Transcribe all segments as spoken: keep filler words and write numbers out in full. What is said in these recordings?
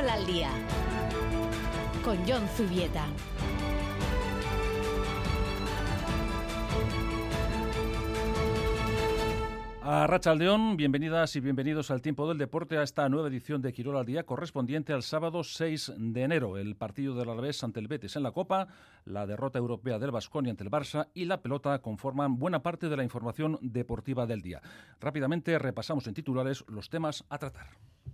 Quirol al día con Jon Zubieta. Arratsaldeón, bienvenidas y bienvenidos al Tiempo del Deporte, a esta nueva edición de Quirol al día correspondiente al sábado seis de enero. El partido del Alavés ante el Betis en la Copa, la derrota europea del Baskonia ante el Barça y la pelota conforman buena parte de la información deportiva del día. Rápidamente repasamos en titulares los temas a tratar.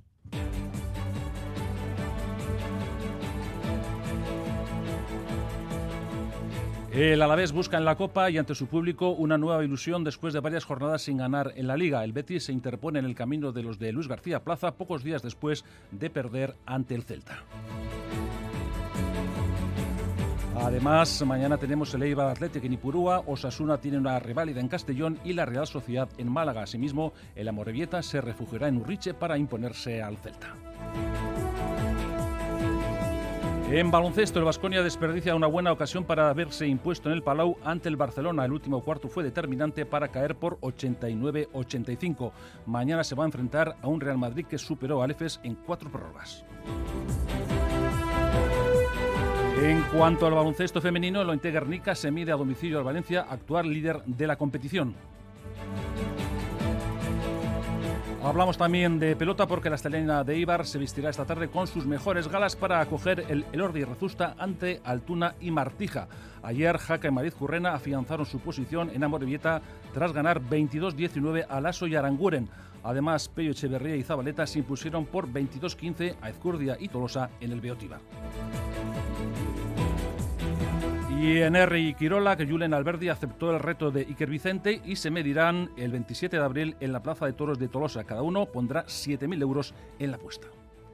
El Alavés busca en la Copa y ante su público una nueva ilusión después de varias jornadas sin ganar en la Liga. El Betis se interpone en el camino de los de Luis García Plaza pocos días después de perder ante el Celta. Además, mañana tenemos el Eibar Athletic en Ipurúa, Osasuna tiene una reválida en Castellón y la Real Sociedad en Málaga. Asimismo, el Amorebieta se refugiará en Urriche para imponerse al Celta. En baloncesto, el Baskonia desperdicia una buena ocasión para verse impuesto en el Palau ante el Barcelona. El último cuarto fue determinante para caer por ochenta y nueve a ochenta y cinco. Mañana se va a enfrentar a un Real Madrid que superó al Efes en cuatro prórrogas. En cuanto al baloncesto femenino, el Ointe Guernica se mide a domicilio al Valencia, actual líder de la competición. Hablamos también de pelota porque la estelena de Eibar se vestirá esta tarde con sus mejores galas para acoger el Elordi Rezusta ante Altuna y Martija. Ayer Jaca y Mariz Currena afianzaron su posición en Amorebieta tras ganar veintidós diecinueve a Lasso y Aranguren. Además, Pello Echeverría y Zabaleta se impusieron por veintidós quince a Ezcurdia y Tolosa en el Beotíbar. Y en R y Quirola, que Julen Alberdi aceptó el reto de Iker Vicente y se medirán el veintisiete de abril en la Plaza de Toros de Tolosa. Cada uno pondrá siete mil euros en la apuesta.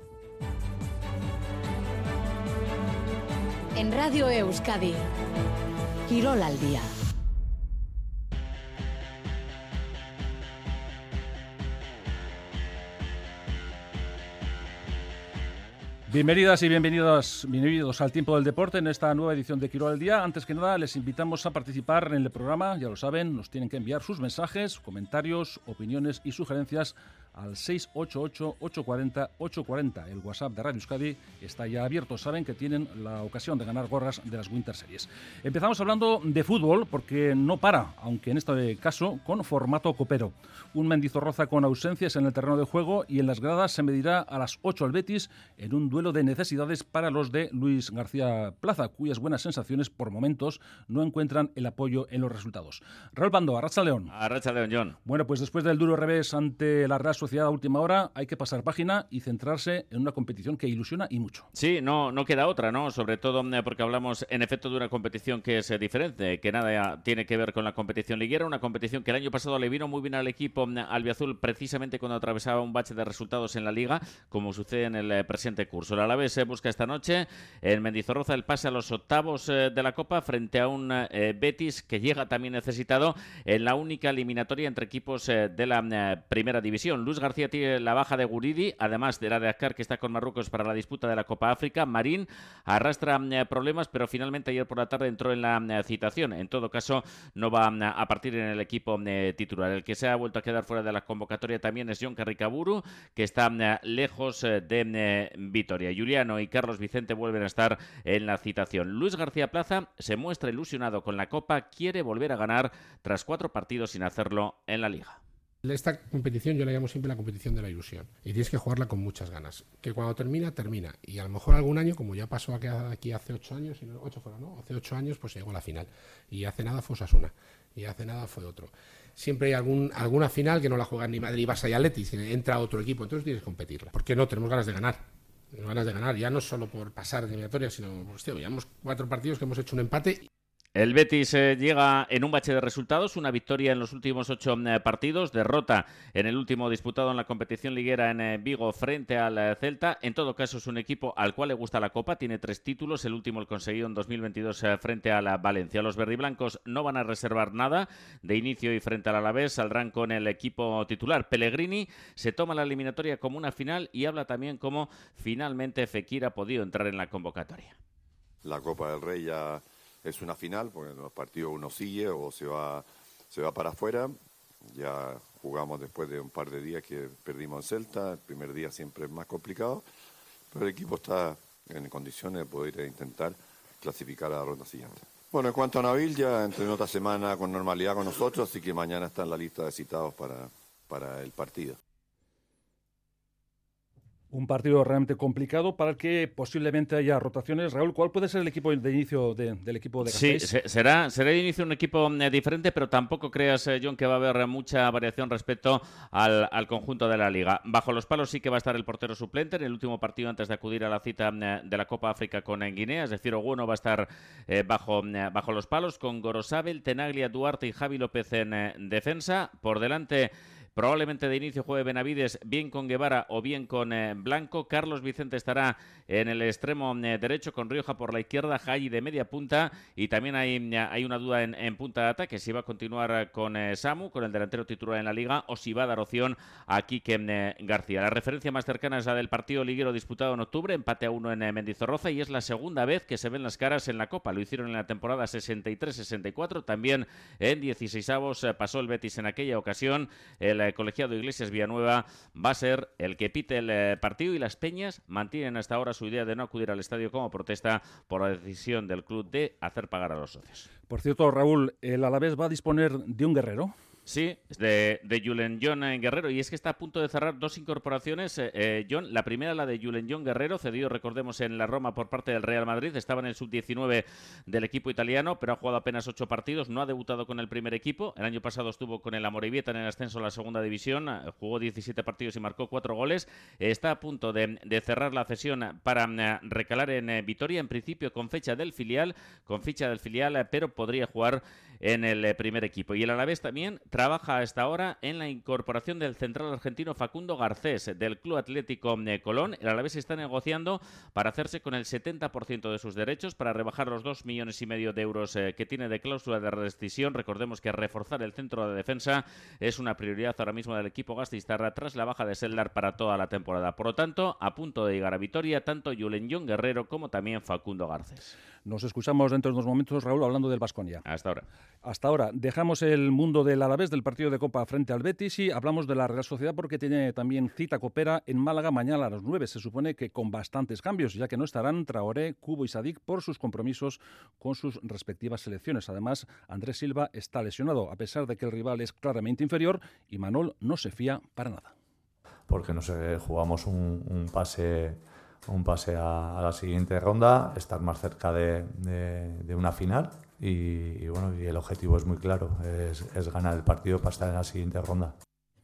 En Radio Euskadi, Quirol al día. Bienvenidas y bienvenidos, bienvenidos al Tiempo del Deporte en esta nueva edición de Quirol al Día. Antes que nada, les invitamos a participar en el programa. Ya lo saben, nos tienen que enviar sus mensajes, comentarios, opiniones y sugerencias al seis ocho ocho, ocho cuatro cero, ocho cuatro cero. El WhatsApp de Radio Euskadi está ya abierto. Saben que tienen la ocasión de ganar gorras de las Winter Series. Empezamos hablando de fútbol porque no para, aunque en este caso con formato copero. Un Mendizorroza con ausencias en el terreno de juego y en las gradas se medirá a las ocho al Betis en un duelo de necesidades para los de Luis García Plaza, cuyas buenas sensaciones por momentos no encuentran el apoyo en los resultados. Raúl Pando, Arratsaldeón. Arratsaldeón, Jon. Bueno, pues después del duro revés ante la Real Sociedad a última hora, hay que pasar página y centrarse en una competición que ilusiona y mucho. Sí, no, no queda otra, ¿no? Sobre todo porque hablamos en efecto de una competición que es diferente, que nada tiene que ver con la competición liguera, una competición que el año pasado le vino muy bien al equipo albiazul precisamente cuando atravesaba un bache de resultados en la Liga, como sucede en el presente curso. El Alavés eh, busca esta noche en Mendizorroza el pase a los octavos eh, de la Copa frente a un eh, Betis que llega también necesitado en la única eliminatoria entre equipos eh, de la eh, primera división. Luis García tiene la baja de Guridi, además de la de Azcar, que está con Marruecos para la disputa de la Copa África. Marín arrastra eh, problemas, pero finalmente ayer por la tarde entró en la eh, citación. En todo caso, no va eh, a partir en el equipo eh, titular. El que se ha vuelto a quedar fuera de la convocatoria también es Jon Carricaburu, que está eh, lejos eh, de eh, Vitoria. Juliano y Carlos Vicente vuelven a estar en la citación. Luis García Plaza se muestra ilusionado con la Copa, quiere volver a ganar tras cuatro partidos sin hacerlo en la Liga. Esta competición yo la llamo siempre la competición de la ilusión y tienes que jugarla con muchas ganas, que cuando termina, termina y a lo mejor algún año, como ya pasó aquí, aquí hace ocho años, si no, ocho fueron, ¿no? Hace ocho años pues llegó a la final y hace nada fue Osasuna y hace nada fue otro. Siempre hay algún, alguna final que no la juegan ni Madrid, Barça y Atleti, entra otro equipo, entonces tienes que competirla. ¿Por qué no? Tenemos ganas de ganar. Tenemos ganas de ganar, ya no solo por pasar de eliminatoria, sino, hostia, llevamos cuatro partidos que hemos hecho un empate. El Betis eh, llega en un bache de resultados, una victoria en los últimos ocho eh, partidos, derrota en el último disputado en la competición liguera en eh, Vigo frente al eh, Celta. En todo caso es un equipo al cual le gusta la Copa, tiene tres títulos, el último el conseguido en dos mil veintidós eh, frente a la Valencia. Los verdiblancos no van a reservar nada de inicio y frente al Alavés saldrán con el equipo titular. Pellegrini se toma la eliminatoria como una final y habla también como finalmente Fekir ha podido entrar en la convocatoria. La Copa del Rey ya es una final, porque en los partidos uno sigue o se va, se va para afuera. Ya jugamos después de un par de días que perdimos en Celta, el primer día siempre es más complicado, pero el equipo está en condiciones de poder intentar clasificar a la ronda siguiente. Bueno, en cuanto a Nabil, ya entrenó esta semana con normalidad con nosotros, así que mañana está en la lista de citados para, para el partido. Un partido realmente complicado para el que posiblemente haya rotaciones. Raúl, ¿cuál puede ser el equipo de inicio de, del equipo de Gasteiz? Sí, se, será, será de inicio un equipo eh, diferente, pero tampoco creas, eh, John, que va a haber mucha variación respecto al, al conjunto de la Liga. Bajo los palos sí que va a estar el portero suplente en el último partido antes de acudir a la cita eh, de la Copa África con eh, Guinea, es decir, Oguno va a estar eh, bajo, eh, bajo los palos con Gorosabel, Tenaglia, Duarte y Javi López en eh, defensa. Por delante, probablemente de inicio juegue Benavides, bien con Guevara o bien con eh, Blanco. Carlos Vicente estará en el extremo eh, derecho con Rioja por la izquierda, Jai de media punta, y también hay, hay una duda en, en punta de ataque, si va a continuar con eh, Samu, con el delantero titular en la Liga, o si va a dar opción a Quique eh, García. La referencia más cercana es la del partido liguero disputado en octubre, empate a uno en eh, Mendizorroza, y es la segunda vez que se ven las caras en la Copa. Lo hicieron en la temporada sesenta y tres sesenta y cuatro, también en dieciseisavos eh, pasó el Betis en aquella ocasión. El El colegiado Iglesias Villanueva va a ser el que pite el eh, partido, y las Peñas mantienen hasta ahora su idea de no acudir al estadio como protesta por la decisión del club de hacer pagar a los socios. Por cierto, Raúl, ¿el Alavés va a disponer de un guerrero? Sí, de, de Julen John Guerrero, y es que está a punto de cerrar dos incorporaciones, eh, eh, John. La primera, la de Julen John Guerrero, cedido, recordemos, en la Roma por parte del Real Madrid. Estaba en el sub diecinueve del equipo italiano, pero ha jugado apenas ocho partidos, no ha debutado con el primer equipo. El año pasado estuvo con el Amorebieta en el ascenso a la segunda división, jugó diecisiete partidos y marcó cuatro goles. Está a punto de, de cerrar la cesión para uh, recalar en uh, Vitoria, en principio con fecha del filial, con ficha del filial, uh, pero podría jugar en el uh, primer equipo. Y el Alavés también trabaja hasta ahora en la incorporación del central argentino Facundo Garcés del Club Atlético Colón. El Alavés está negociando para hacerse con el setenta por ciento de sus derechos, para rebajar los dos millones y medio de euros eh, que tiene de cláusula de rescisión. Recordemos que reforzar el centro de defensa es una prioridad ahora mismo del equipo gasteiztarra tras la baja de Sellar para toda la temporada. Por lo tanto, a punto de llegar a Vitoria tanto Julen John Guerrero como también Facundo Garcés. Nos escuchamos dentro de unos momentos, Raúl, hablando del Baskonia. Hasta ahora. Hasta ahora. Dejamos el mundo del Alavés, del partido de Copa frente al Betis, y hablamos de la Real Sociedad porque tiene también cita copera en Málaga mañana a las nueve. Se supone que con bastantes cambios, ya que no estarán Traoré, Cubo y Sadik por sus compromisos con sus respectivas selecciones. Además, Andrés Silva está lesionado, a pesar de que el rival es claramente inferior, y Manol no se fía para nada. Porque no sé, jugamos un, un pase... un pase a, a la siguiente ronda, estar más cerca de, de, de una final y, y bueno, y el objetivo es muy claro, es, es ganar el partido para estar en la siguiente ronda.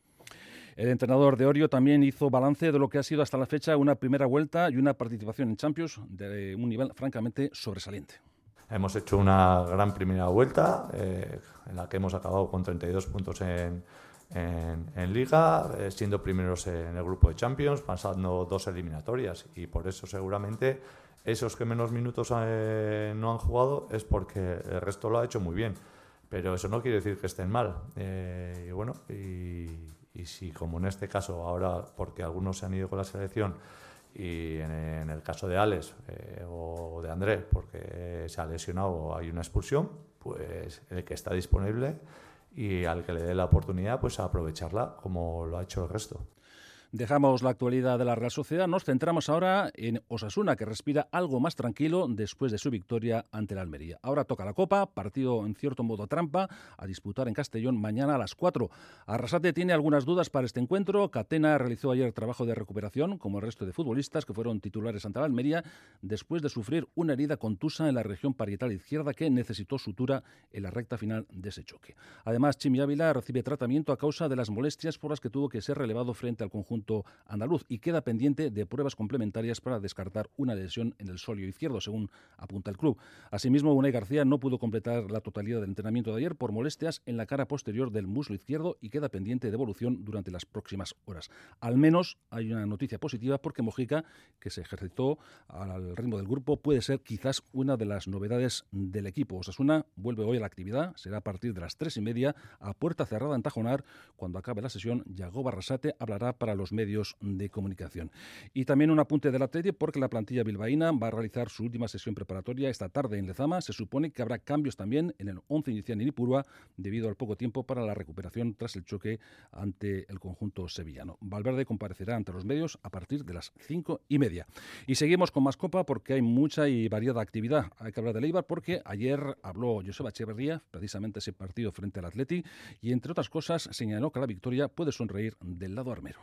El entrenador de Orio también hizo balance de lo que ha sido hasta la fecha una primera vuelta y una participación en Champions de un nivel francamente sobresaliente. Hemos hecho una gran primera vuelta eh, en la que hemos acabado con treinta y dos puntos en En, en Liga, eh, siendo primeros en el grupo de Champions, pasando dos eliminatorias, y por eso seguramente esos que menos minutos eh, no han jugado es porque el resto lo ha hecho muy bien, pero eso no quiere decir que estén mal. Eh, y bueno, y, y si como en este caso ahora, porque algunos se han ido con la selección, y en, en el caso de Alex eh, o de André, porque se ha lesionado o hay una expulsión, pues el que está disponible y al que le dé la oportunidad, pues a aprovecharla como lo ha hecho el resto. Dejamos la actualidad de la Real Sociedad, nos centramos ahora en Osasuna, que respira algo más tranquilo después de su victoria ante el Almería. Ahora toca la Copa, partido en cierto modo trampa, a disputar en Castellón mañana a las cuatro. Arrasate tiene algunas dudas para este encuentro. Catena realizó ayer trabajo de recuperación, como el resto de futbolistas que fueron titulares ante el Almería, después de sufrir una herida contusa en la región parietal izquierda que necesitó sutura en la recta final de ese choque. Además, Chimi Ávila recibe tratamiento a causa de las molestias por las que tuvo que ser relevado frente al conjunto andaluz y queda pendiente de pruebas complementarias para descartar una lesión en el sóleo izquierdo, según apunta el club. Asimismo, Unai García no pudo completar la totalidad del entrenamiento de ayer por molestias en la cara posterior del muslo izquierdo y queda pendiente de evolución durante las próximas horas. Al menos hay una noticia positiva porque Mojica, que se ejercitó al ritmo del grupo, puede ser quizás una de las novedades del equipo. Osasuna vuelve hoy a la actividad, será a partir de las tres y media a puerta cerrada en Tajonar. Cuando acabe la sesión, Yagoba Arrasate hablará para los los medios de comunicación. Y también un apunte del Atleti, porque la plantilla bilbaína va a realizar su última sesión preparatoria esta tarde en Lezama. Se supone que habrá cambios también en el once inicial en Ipurua, debido al poco tiempo para la recuperación tras el choque ante el conjunto sevillano. Valverde comparecerá ante los medios a partir de las cinco y media. Y seguimos con más Copa porque hay mucha y variada actividad. Hay que hablar de Eibar porque ayer habló Joseba Echeverría, precisamente ese partido frente al Atleti, y entre otras cosas señaló que la victoria puede sonreír del lado armero.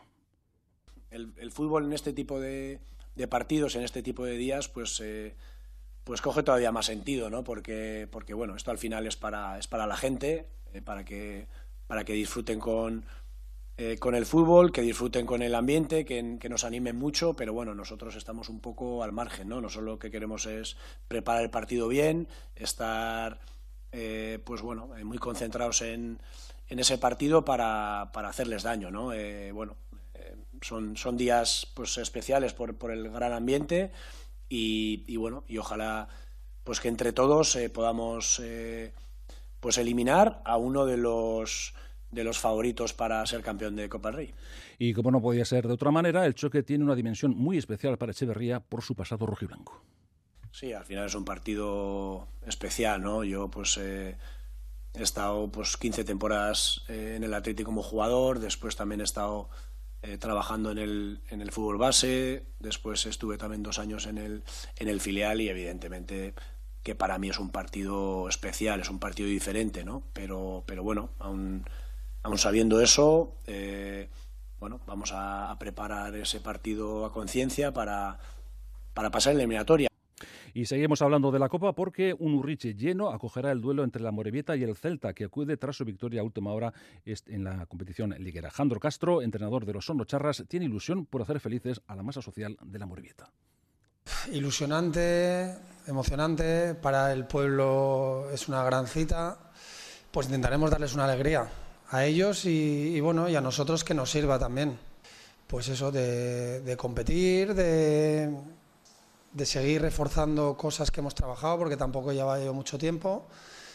El, el fútbol en este tipo de, de partidos, en este tipo de días, pues eh, pues coge todavía más sentido, ¿no? Porque, porque bueno, esto al final es para, es para la gente, eh, para que, para que disfruten con, eh, con el fútbol, que disfruten con el ambiente, que, que nos animen mucho, pero bueno, nosotros estamos un poco al margen, ¿no? Nosotros lo que queremos es preparar el partido bien, estar eh, pues bueno, muy concentrados en, en ese partido para, para hacerles daño, ¿no? Eh, bueno, eh, son, son días pues especiales por, por el gran ambiente. Y, y bueno, y ojalá pues que entre todos eh, podamos eh, pues eliminar a uno de los de los favoritos para ser campeón de Copa del Rey. Y como no podía ser de otra manera, el choque tiene una dimensión muy especial para Echeverría por su pasado rojiblanco. Sí, al final es un partido especial, ¿no? Yo pues eh, he estado pues quince temporadas eh, en el Atlético como jugador, después también he estado Eh, trabajando en el, en el fútbol base, después estuve también dos años en el, en el filial y evidentemente que para mí es un partido especial, es un partido diferente, ¿no? Pero, pero bueno, aún, aún sabiendo eso, eh, bueno, vamos a, a preparar ese partido a conciencia para, para pasar la eliminatoria. Y seguimos hablando de la Copa porque un Urriche lleno acogerá el duelo entre la Amorebieta y el Celta, que acude tras su victoria a última hora en la competición liguera. Jandro Castro, entrenador de los Sonocharras, tiene ilusión por hacer felices a la masa social de la Amorebieta. Ilusionante, emocionante, para el pueblo es una gran cita, pues intentaremos darles una alegría a ellos y, y bueno, y a nosotros que nos sirva también, pues eso de, de competir, de... de seguir reforzando cosas que hemos trabajado, porque tampoco lleva yo mucho tiempo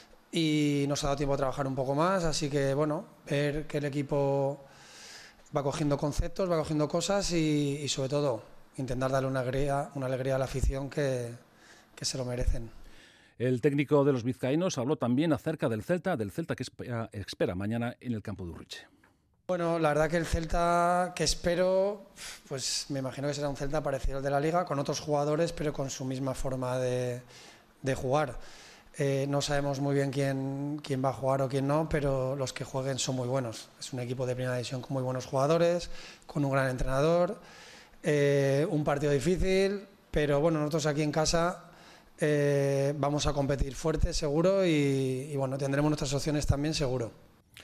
y nos ha dado tiempo a trabajar un poco más, así que bueno, ver que el equipo va cogiendo conceptos, va cogiendo cosas y, y sobre todo intentar darle una alegría, una alegría a la afición que, que se lo merecen. El técnico de los vizcaínos habló también acerca del Celta, del Celta que espera, espera mañana en el campo de Urriche. Bueno, la verdad que el Celta que espero, pues me imagino que será un Celta parecido al de la Liga, con otros jugadores, pero con su misma forma de, de jugar. Eh, no sabemos muy bien quién, quién va a jugar o quién no, pero los que jueguen son muy buenos. Es un equipo de primera división con muy buenos jugadores, con un gran entrenador, eh, un partido difícil, pero bueno, nosotros aquí en casa eh, vamos a competir fuerte, seguro, y, y bueno, tendremos nuestras opciones también, seguro.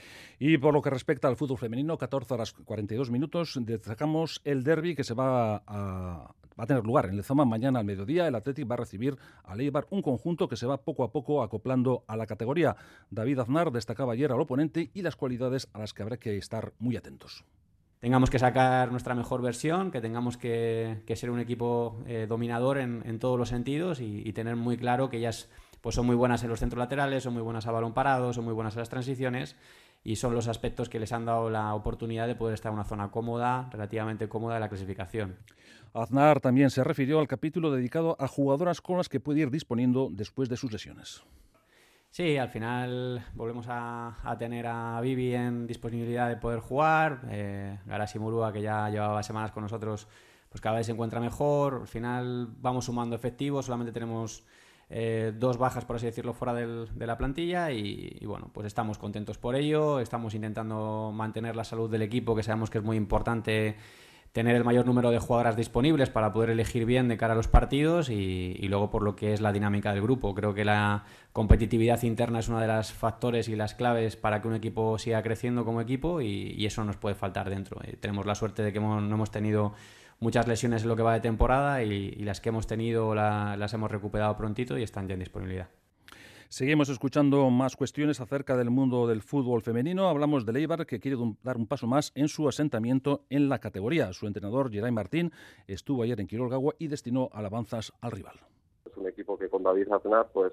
Y por lo que respecta al fútbol femenino, catorce horas cuarenta y dos minutos, destacamos el derbi que se va a, va a tener lugar en Lezama mañana al mediodía. El Athletic va a recibir al Eibar, un conjunto que se va poco a poco acoplando a la categoría. David Aznar destacaba ayer al oponente y las cualidades a las que habrá que estar muy atentos. Tengamos que sacar nuestra mejor versión, que tengamos que, que ser un equipo eh, dominador en, en todos los sentidos y, y tener muy claro que ellas pues, son muy buenas en los centros laterales, son muy buenas a balón parado, son muy buenas en las transiciones y son los aspectos que les han dado la oportunidad de poder estar en una zona cómoda, relativamente cómoda de la clasificación. Aznar también se refirió al capítulo dedicado a jugadoras con las que puede ir disponiendo después de sus lesiones. Sí, al final volvemos a, a tener a Vivi en disponibilidad de poder jugar, eh, Garasi Murúa, que ya llevaba semanas con nosotros, pues cada vez se encuentra mejor. Al final vamos sumando efectivos, solamente tenemos eh, dos bajas, por así decirlo, fuera del, de la plantilla y, y bueno, pues estamos contentos por ello, estamos intentando mantener la salud del equipo, que sabemos que es muy importante tener el mayor número de jugadoras disponibles para poder elegir bien de cara a los partidos y, y luego por lo que es la dinámica del grupo. Creo que la competitividad interna es uno de los factores y las claves para que un equipo siga creciendo como equipo y, y eso nos puede faltar dentro. Eh, tenemos la suerte de que hemos, no hemos tenido muchas lesiones en lo que va de temporada y, y las que hemos tenido la, las hemos recuperado prontito y están ya en disponibilidad. Seguimos escuchando más cuestiones acerca del mundo del fútbol femenino. Hablamos del Eibar, que quiere dar un paso más en su asentamiento en la categoría. Su entrenador, Geray Martín, estuvo ayer en Quirolgagua y destinó alabanzas al rival. Es un equipo que con David Aznar pues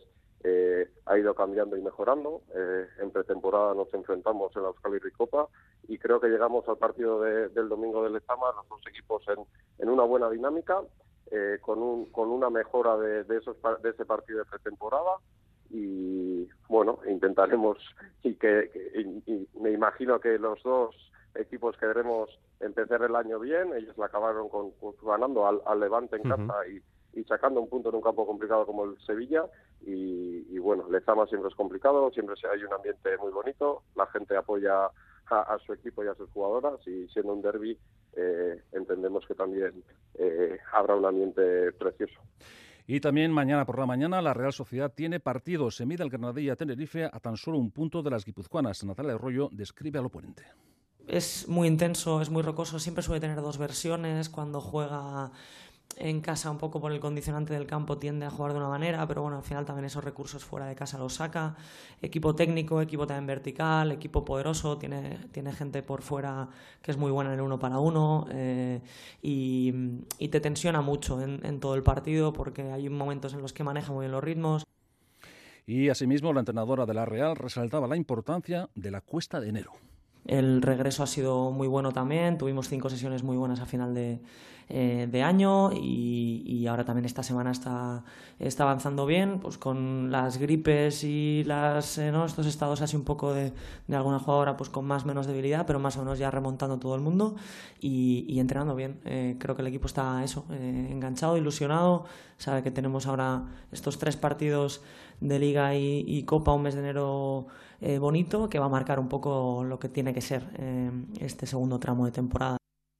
eh, ha ido cambiando y mejorando. Eh, en pretemporada nos enfrentamos en la Euskal Herri Copa y creo que llegamos al partido de, del domingo del Lezama, los dos equipos en, en una buena dinámica, eh, con, un, con una mejora de, de, esos, de ese partido de pretemporada. Y bueno, intentaremos, y que y, y me imagino que los dos equipos queremos empezar el año bien. Ellos la acabaron con, con ganando al, al Levante en casa uh-huh. y, y sacando un punto en un campo complicado como el Sevilla. Y, y bueno, Lezama siempre es complicado, siempre hay un ambiente muy bonito, la gente apoya a, a su equipo y a sus jugadoras, y siendo un derbi eh, entendemos que también eh, habrá un ambiente precioso. Y también mañana por la mañana la Real Sociedad tiene partido. Se mide el Granadilla-Tenerife a tan solo un punto de las guipuzcoanas. Natalia Arroyo describe al oponente. Es muy intenso, es muy rocoso, siempre suele tener dos versiones. Cuando juega en casa, un poco por el condicionante del campo, tiende a jugar de una manera, pero bueno, al final también esos recursos fuera de casa los saca. Equipo técnico, equipo también vertical, equipo poderoso, tiene, tiene gente por fuera que es muy buena en el uno para uno, eh, y, y te tensiona mucho en, en todo el partido, porque hay momentos en los que maneja muy bien los ritmos. Y asimismo la entrenadora de la Real resaltaba la importancia de la cuesta de enero. El regreso ha sido muy bueno también, tuvimos cinco sesiones muy buenas a final de, eh, de año y, y ahora también esta semana está, está avanzando bien, pues con las gripes y las, eh, ¿no? estos estados así un poco de, de alguna jugadora pues con más o menos debilidad, pero más o menos ya remontando todo el mundo y, y entrenando bien. Eh, creo que el equipo está eso, eh, enganchado, ilusionado, sabe que tenemos ahora estos tres partidos de Liga y, y Copa, un mes de enero eh, bonito, que va a marcar un poco lo que tiene que ser eh, este segundo tramo de temporada.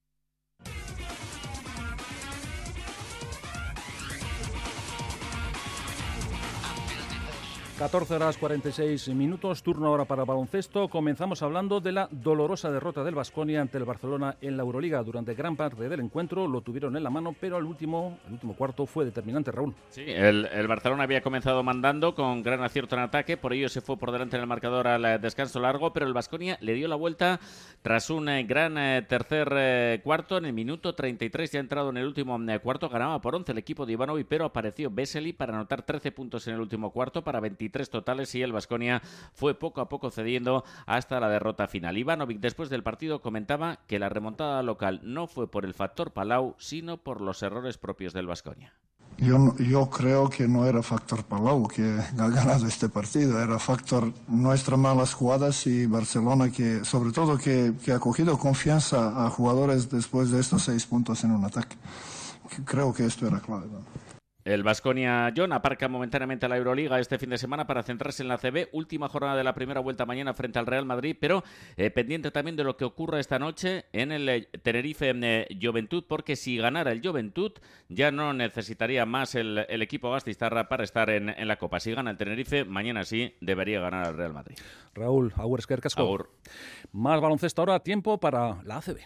catorce horas cuarenta y seis minutos, turno ahora para baloncesto. Comenzamos hablando de la dolorosa derrota del Baskonia ante el Barcelona en la Euroliga. Durante gran parte del encuentro lo tuvieron en la mano, pero el último, el último cuarto fue determinante, Raúl. Sí, el, el Barcelona había comenzado mandando con gran acierto en ataque, por ello se fue por delante en el marcador al descanso largo, pero el Baskonia le dio la vuelta tras un eh, gran eh, tercer eh, cuarto. En el minuto treinta y tres, ya entrado en el último eh, cuarto, ganaba por once el equipo de Ivanovic, pero apareció Vesely para anotar trece puntos en el último cuarto para veintitrés totales, y el Baskonia fue poco a poco cediendo hasta la derrota final. Ivanovic después del partido comentaba que la remontada local no fue por el factor Palau, sino por los errores propios del Baskonia. Yo, yo creo que no era factor Palau que ha ganado este partido, era factor nuestras malas jugadas y Barcelona que, sobre todo, que, que ha cogido confianza a jugadores después de estos seis puntos en un ataque. Creo que esto era clave, ¿no? El Baskonia John aparca momentáneamente a la Euroliga este fin de semana para centrarse en la C B. Última jornada de la primera vuelta mañana frente al Real Madrid, pero eh, pendiente también de lo que ocurra esta noche en el eh, Tenerife eh, Juventud, porque si ganara el Juventud ya no necesitaría más el, el equipo gastistarra para estar en, en la Copa. Si gana el Tenerife, mañana sí debería ganar el Real Madrid. Raúl, agur esker kasko. Agur. Más baloncesto ahora, tiempo para la A C B.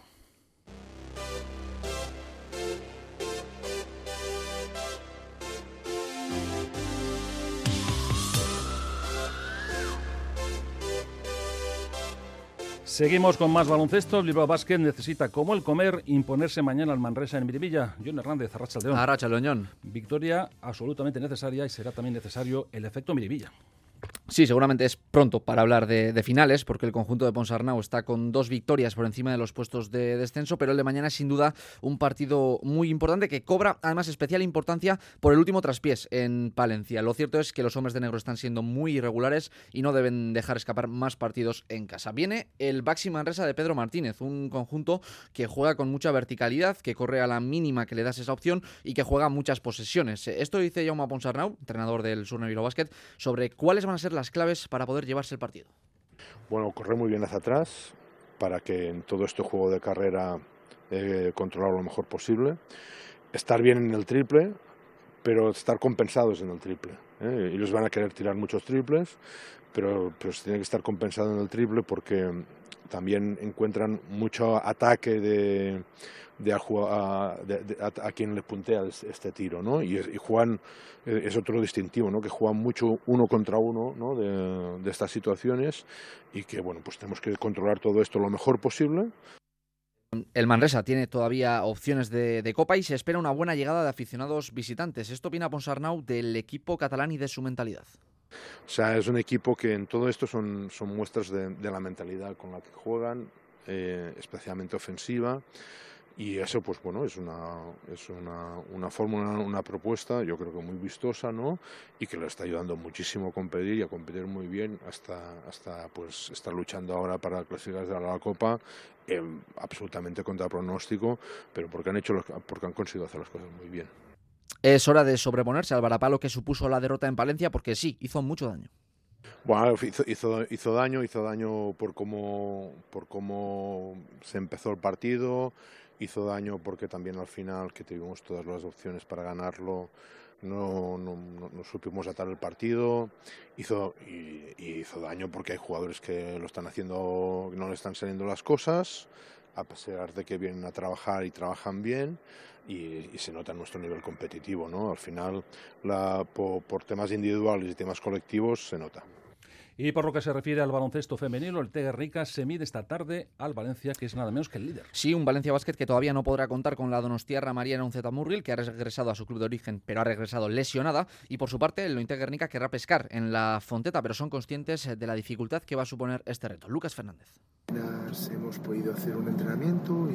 Seguimos con más baloncesto. El Bilbao Basket necesita, como el comer, imponerse mañana al Manresa en Miribilla. John Hernández, Arratsaldeon. Arratsaldeon. Victoria absolutamente necesaria, y será también necesario el efecto Miribilla. Sí, seguramente es pronto para hablar de, de finales, porque el conjunto de Ponsarnau está con dos victorias por encima de los puestos de descenso, pero el de mañana es sin duda un partido muy importante que cobra además especial importancia por el último traspiés en Palencia. Lo cierto es que los hombres de negro están siendo muy irregulares y no deben dejar escapar más partidos en casa. Viene el Baxi Manresa de Pedro Martínez, un conjunto que juega con mucha verticalidad, que corre a la mínima que le das esa opción y que juega muchas posesiones. Esto dice Jaume Ponsarnau, entrenador del Surne Bilbao Basket, sobre cuáles van a ser las claves para poder llevarse el partido. Bueno, correr muy bien hacia atrás para que en todo este juego de carrera eh, controlarlo lo mejor posible. Estar bien en el triple, pero estar compensados en el triple. ¿eh? Ellos van a querer tirar muchos triples, pero, pero se tiene que estar compensado en el triple porque también encuentran mucho ataque de... De a, a, de, de, a, a quien le puntea este tiro, ¿no? Y, y juegan, es otro distintivo, ¿no? Que juegan mucho uno contra uno, ¿no? de, de estas situaciones, y que, bueno, pues tenemos que controlar todo esto lo mejor posible. El Manresa tiene todavía opciones de, de Copa y se espera una buena llegada de aficionados visitantes. Esto opina Ponsarnau del equipo catalán y de su mentalidad. O sea, es un equipo que en todo esto son, son muestras de, de la mentalidad con la que juegan, eh, especialmente ofensiva. Y eso, pues bueno, es una, es una, una fórmula, una propuesta, yo creo que muy vistosa, ¿no? Y que le está ayudando muchísimo a competir y a competir muy bien hasta, hasta pues, estar luchando ahora para clasificarse a la Copa, eh, absolutamente contra pronóstico, pero porque han, hecho los, porque han conseguido hacer las cosas muy bien. Es hora de sobreponerse al varapalo que supuso la derrota en Palencia, porque sí, hizo mucho daño. Bueno, hizo, hizo, hizo daño, hizo daño por cómo, por cómo se empezó el partido. Hizo daño porque también al final, que tuvimos todas las opciones para ganarlo, no, no, no, no supimos atar el partido. Hizo, y, y hizo daño porque hay jugadores que lo están haciendo, no le están saliendo las cosas, a pesar de que vienen a trabajar y trabajan bien, y, y se nota en nuestro nivel competitivo, ¿no? Al final, la, por, por temas individuales y temas colectivos, se nota. Y por lo que se refiere al baloncesto femenino, el T. Guernica se mide esta tarde al Valencia, que es nada menos que el líder. Sí, un Valencia Basket que todavía no podrá contar con la donostiarra Mariana Unzetamurril, que ha regresado a su club de origen, pero ha regresado lesionada. Y por su parte, el Ointe Guernica querrá pescar en la Fonteta, pero son conscientes de la dificultad que va a suponer este reto. Lucas Fernández. Hemos podido hacer un entrenamiento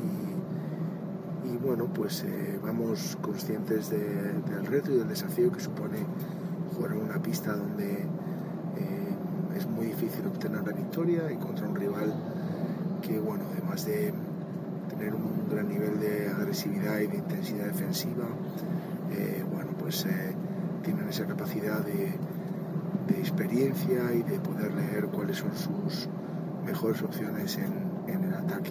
y, y bueno, pues eh, vamos conscientes de, del reto y del desafío que supone jugar en una pista donde es muy difícil obtener la victoria y contra un rival que, bueno, además de tener un gran nivel de agresividad y de intensidad defensiva, eh, bueno, pues eh, tienen esa capacidad de, de experiencia y de poder leer cuáles son sus mejores opciones en, en el ataque.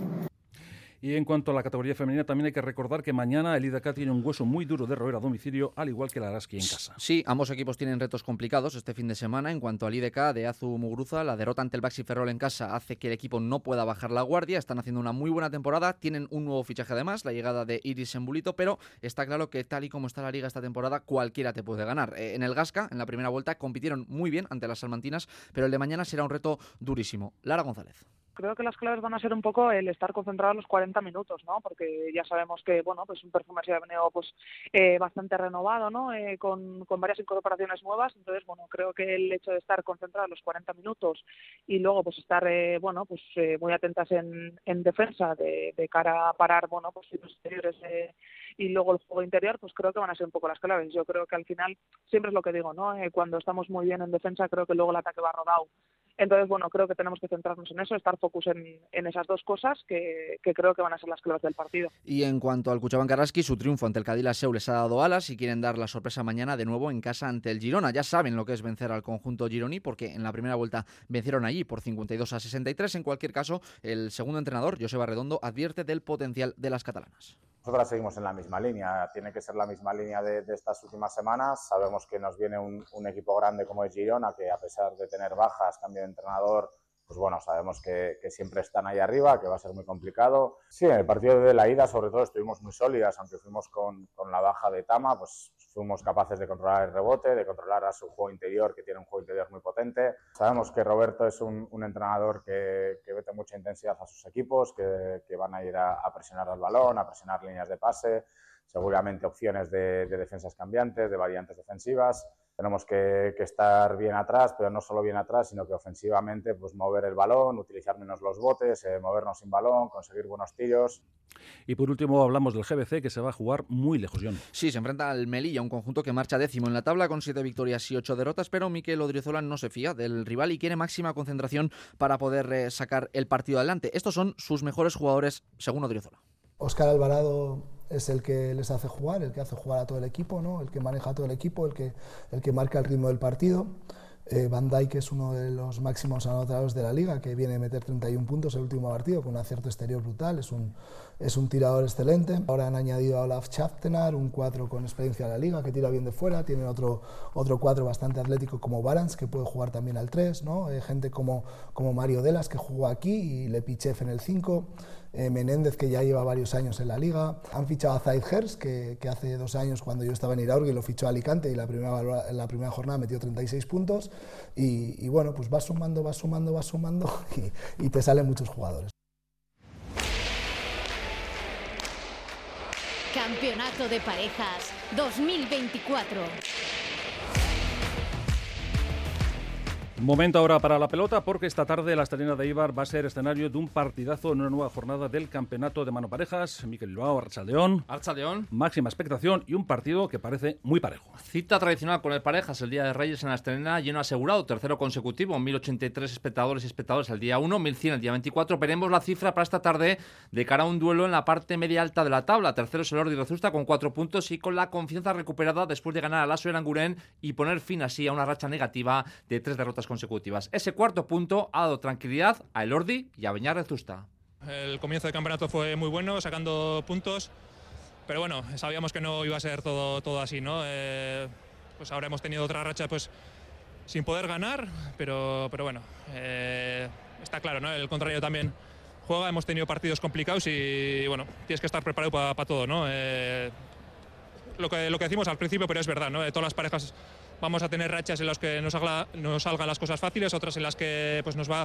Y en cuanto a la categoría femenina, también hay que recordar que mañana el I D K tiene un hueso muy duro de roer a domicilio, al igual que el Araski en casa. Sí, ambos equipos tienen retos complicados este fin de semana. En cuanto al I D K de Azu Muguruza, la derrota ante el Baxi Ferrol en casa hace que el equipo no pueda bajar la guardia. Están haciendo una muy buena temporada, tienen un nuevo fichaje además, la llegada de Iris Embulito, pero está claro que tal y como está la liga esta temporada, cualquiera te puede ganar. Eh, en el Gasca, en la primera vuelta, compitieron muy bien ante las salmantinas, pero el de mañana será un reto durísimo. Lara González. Creo que las claves van a ser un poco el estar concentrado los cuarenta minutos, ¿no? Porque ya sabemos que, bueno, pues un Perfumery ha venido pues eh, bastante renovado, ¿no? Eh, con, con varias incorporaciones nuevas. Entonces, bueno, creo que el hecho de estar concentrado los cuarenta minutos y luego pues estar, eh, bueno, pues eh, muy atentas en, en defensa de, de cara a parar, bueno, pues los exteriores eh, y luego el juego interior, pues creo que van a ser un poco las claves. Yo creo que al final, siempre es lo que digo, ¿no? Eh, cuando estamos muy bien en defensa, creo que luego el ataque va rodado. Entonces, bueno, creo que tenemos que centrarnos en eso, estar focus en, en esas dos cosas que, que creo que van a ser las claves del partido. Y en cuanto al Cuchaban Carrasqui, su triunfo ante el Cadillac Seu les ha dado alas y quieren dar la sorpresa mañana de nuevo en casa ante el Girona. Ya saben lo que es vencer al conjunto gironí, porque en la primera vuelta vencieron allí por cincuenta y dos a sesenta y tres. En cualquier caso, el segundo entrenador, Joseba Redondo, advierte del potencial de las catalanas. Nosotras seguimos en la misma línea, tiene que ser la misma línea de, de estas últimas semanas. Sabemos que nos viene un, un equipo grande como es Girona, que a pesar de tener bajas, cambio de entrenador, pues bueno, sabemos que, que siempre están ahí arriba, que va a ser muy complicado. Sí, en el partido de la ida, sobre todo, estuvimos muy sólidas, aunque fuimos con, con la baja de Tama, pues fuimos capaces de controlar el rebote, de controlar a su juego interior, que tiene un juego interior muy potente. Sabemos que Roberto es un, un entrenador que, que mete mucha intensidad a sus equipos, que, que van a ir a, a presionar al balón, a presionar líneas de pase, seguramente opciones de, de defensas cambiantes, de variantes defensivas. Tenemos que, que estar bien atrás, pero no solo bien atrás, sino que ofensivamente pues mover el balón, utilizar menos los botes, eh, movernos sin balón, conseguir buenos tiros. Y por último hablamos del G B C, que se va a jugar muy lejos, John. Sí, se enfrenta al Melilla, un conjunto que marcha décimo en la tabla con siete victorias y ocho derrotas, pero Mikel Odriozola no se fía del rival y quiere máxima concentración para poder eh, sacar el partido adelante. Estos son sus mejores jugadores, según Odriozola. Óscar Alvarado es el que les hace jugar, el que hace jugar a todo el equipo, ¿no? El que maneja a todo el equipo, el que, el que marca el ritmo del partido. Eh, Van Dijk es uno de los máximos anotadores de la liga, que viene a meter treinta y un puntos el último partido con un acierto exterior brutal, es un, es un tirador excelente. Ahora han añadido a Olaf Schaftenar, un cuatro con experiencia en la liga, que tira bien de fuera. Tienen otro, otro cuatro bastante atlético como Barans, que puede jugar también al tres, ¿no? Eh, gente como, como Mario Delas, que jugó aquí, y Lepichev en el cinco. Eh, Menéndez, que ya lleva varios años en la liga. Han fichado a Zaid Hers, que, que hace dos años, cuando yo estaba en Iraurgi, lo fichó a Alicante y la primera, en la primera jornada metió treinta y seis puntos. Y, y bueno, pues vas sumando, vas sumando, vas sumando y, y te salen muchos jugadores. Campeonato de Parejas dos mil veinticuatro. Momento ahora para la pelota, porque esta tarde la Asturiana de Eibar va a ser escenario de un partidazo en una nueva jornada del campeonato de mano parejas. Mikel Bilbao, Arratsaldeón. Arratsaldeón. Máxima expectación y un partido que parece muy parejo. Cita tradicional con el Parejas el Día de Reyes en la Asturiana, lleno asegurado, tercero consecutivo, mil ochenta y tres espectadores y espectadores el día uno, mil cien el día veinticuatro. Veremos la cifra para esta tarde de cara a un duelo en la parte media alta de la tabla. Tercero es el Ordi Rezusta con cuatro puntos y con la confianza recuperada después de ganar al Aso Eranguren y poner fin así a una racha negativa de tres derrotas consecutivas. Ese cuarto punto ha dado tranquilidad a Elordi y a Beñat Rezusta. El comienzo del campeonato fue muy bueno, sacando puntos, pero bueno, sabíamos que no iba a ser todo, todo así, ¿no? Eh, pues ahora hemos tenido otra racha pues sin poder ganar, pero, pero bueno, eh, está claro, ¿no? El contrario también juega, hemos tenido partidos complicados y bueno, tienes que estar preparado para pa todo, ¿no? Eh, lo, que, lo que decimos al principio, pero es verdad, ¿no? De todas las parejas vamos a tener rachas en las que nos, haga, nos salgan las cosas fáciles, otras en las que pues, nos va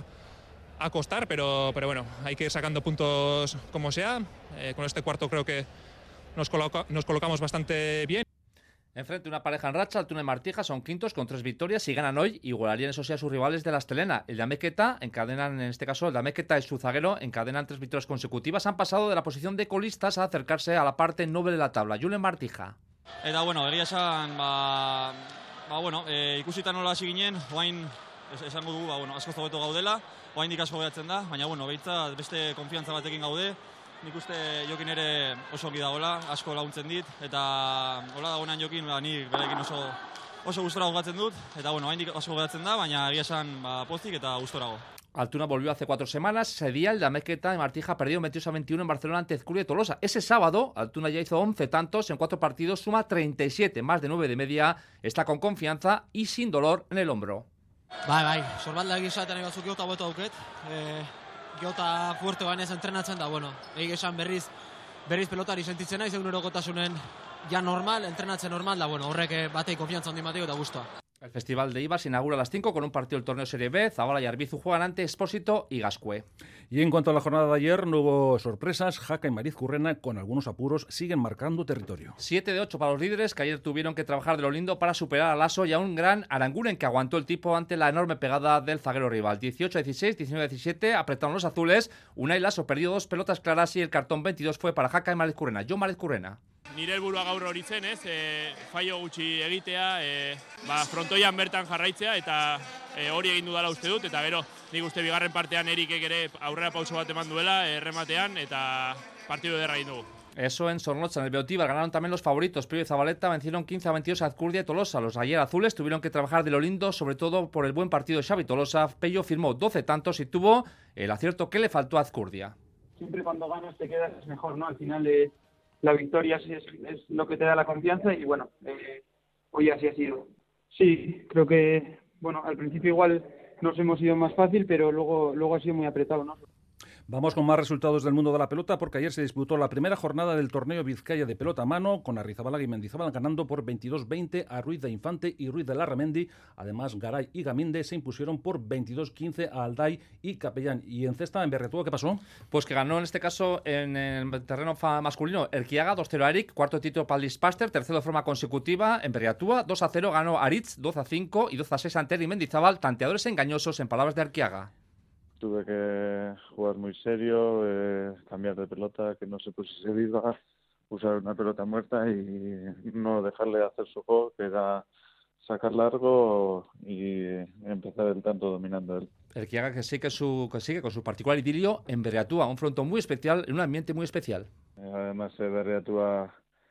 a costar, pero, pero bueno, hay que ir sacando puntos como sea. Eh, con este cuarto creo que nos, coloca, nos colocamos bastante bien. Enfrente una pareja en racha, Altuna y Martija son quintos con tres victorias. Si ganan hoy, igualarían eso sí a sus rivales de la Estelena. El de Amequeta encadenan, en este caso, el de Amequeta y su zaguero encadenan tres victorias consecutivas. Han pasado de la posición de colistas a acercarse a la parte noble de la tabla. Julen Martija. Eta bueno, egia esan, ba, ba bueno, e, ikusita nola hasi ginen, oain esango dugu, ba bueno, asko hobeto gaudela, oraindik asko hobetzen da, baina bueno, behintzat beste konfiantza batekin gaude. Nik uste Jokin ere oso ongi dagoela, asko laguntzen dit, eta hola dagoenan Jokin, ba, nik berekin oso oso gustora jokatzen dut, eta bueno, oraindik asko hobetzen da, baina egia esan ba, pozik eta gustorago. Altuna volvió hace cuatro semanas. Ese día el de Amequeta y Martija perdió veintidós a veintiuno en Barcelona ante Ezcurdia y Tolosa. Ese sábado Altuna ya hizo once tantos en cuatro partidos, suma treinta y siete, más de nueve de media. Está con confianza y sin dolor en el hombro. Bai, bai, sorbalda egizaten egatzuk geota hobeto auket. E, geota fuerte bainez entrenatzen da, bueno, egin esan berriz, berriz pelotari sentitzen naiz, egunerokotasunen ja normal, entrenatzen normal da, bueno, horrek batei konfiantza handi mateo eta gustoa. El Festival de Eibar se inaugura a las cinco con un partido del torneo Serie B. Zabala y Arbizu juegan ante Expósito y Gascue. Y en cuanto a la jornada de ayer, no hubo sorpresas. Jaca y Mariz Currena, con algunos apuros, siguen marcando territorio. siete de ocho para los líderes, que ayer tuvieron que trabajar de lo lindo para superar al Aso y a un gran Aranguren que aguantó el tipo ante la enorme pegada del zaguero rival. dieciocho a dieciséis, diecinueve a diecisiete, apretaron los azules. Unai Laso perdió dos pelotas claras y el cartón veintidós fue para Jaca y Mariz Currena. Yo Mariz Currena. Nire helburua gaur hori zen, ez, e, faio gutxi egitea, e, ba, frontoian bertan jarraitzea, eta e, hori egin dudala uste dut, eta gero, nik uste bigarren partean Erikek ere aurrera pauso bat eman duela, errematean, eta partido ederra egin dugu. Eso en Zornotza, en el Beotíbar, ganaron también los favoritos. Pello y Zabaleta vencieron quince a veintidós a Azcurdia y Tolosa. Los ayer azules tuvieron que trabajar de lo lindo, sobre todo por el buen partido de Xavi Tolosa. Pello firmó doce tantos y tuvo el acierto que le faltó a Azcurdia. Siempre cuando ganas te quedas mejor, ¿no? Al final de... La victoria es, es lo que te da la confianza y bueno, eh, hoy así ha sido. Sí, creo que bueno, al principio igual nos hemos ido más fácil, pero luego, luego ha sido muy apretado, ¿no? Vamos con más resultados del mundo de la pelota, porque ayer se disputó la primera jornada del torneo Vizcaya de pelota a mano, con Arrizabalaga y Mendizábal ganando por veintidós veinte a Ruiz de Infante y Ruiz de Larramendi. Además, Garay y Gaminde se impusieron por veintidós quince a Alday y Capellán. ¿Y en cesta, en Berretúa, qué pasó? Pues que ganó en este caso en el terreno masculino Erquiaga, dos cero a Eric, cuarto título para el Dispaster, tercero de forma consecutiva en Berriatúa, dos a cero ganó Aritz, doce a cinco y doce a seis ante Eri Mendizábal, tanteadores engañosos en palabras de Erquiaga. Tuve que jugar muy serio, eh, cambiar de pelota, que no se pusiese viva, usar una pelota muerta y no dejarle hacer su juego, que era sacar largo y empezar el tanto dominando él. Erquiaga que sí que, su, que sigue con su particular idilio en Berriatúa, un frontón muy especial, en un ambiente muy especial. Eh, además, eh, Berriatúa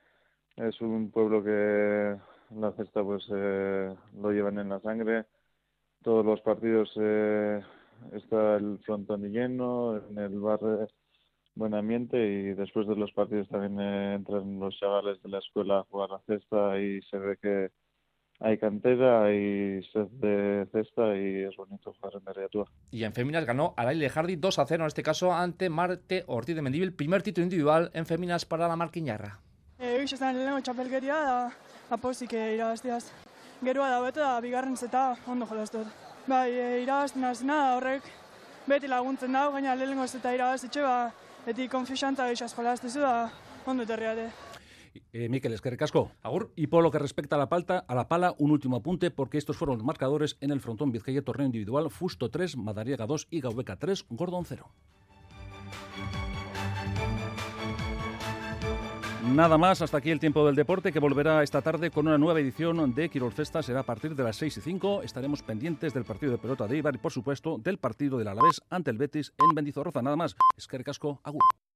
es un pueblo que la cesta pues eh, lo llevan en la sangre. Todos los partidos... Eh, está el frontón lleno, en el bar buen ambiente y después de los partidos también eh, entran los chavales de la escuela a jugar a cesta y se ve que hay cantera, hay sed de cesta y es bonito jugar en Berriatúa. Y en féminas ganó Arail Lejardi dos a cero en este caso ante Marte Ortiz de Mendívil, primer título individual en féminas para la markiñarra. Egiz esan lehenengo txapelkeria da apozik irabazteaz. Gerua da bete da bigarren zeta ondo jolaztu. Bai, e, irabazten azena horrek beti laguntzen dago, gaina lehenengo zeta irabazitxe, ba, beti konfianza geixaz jolaztezu da ondo etorriate. Eh, Miquel, es que recasco. Agur. Y por lo que respecta a la, palta, a la pala, un último apunte, porque estos fueron los marcadores en el frontón Vizcaya torneo individual. Fusto tres, Madariaga dos y Gaubeca tres, Gordon cero. Nada más, hasta aquí el tiempo del deporte, que volverá esta tarde con una nueva edición de Quirol Festa. Será a partir de las seis y cinco. Estaremos pendientes del partido de pelota de Eibar y, por supuesto, del partido del Alavés ante el Betis en Mendizorroza. Nada más. Eskerrik asko, agur.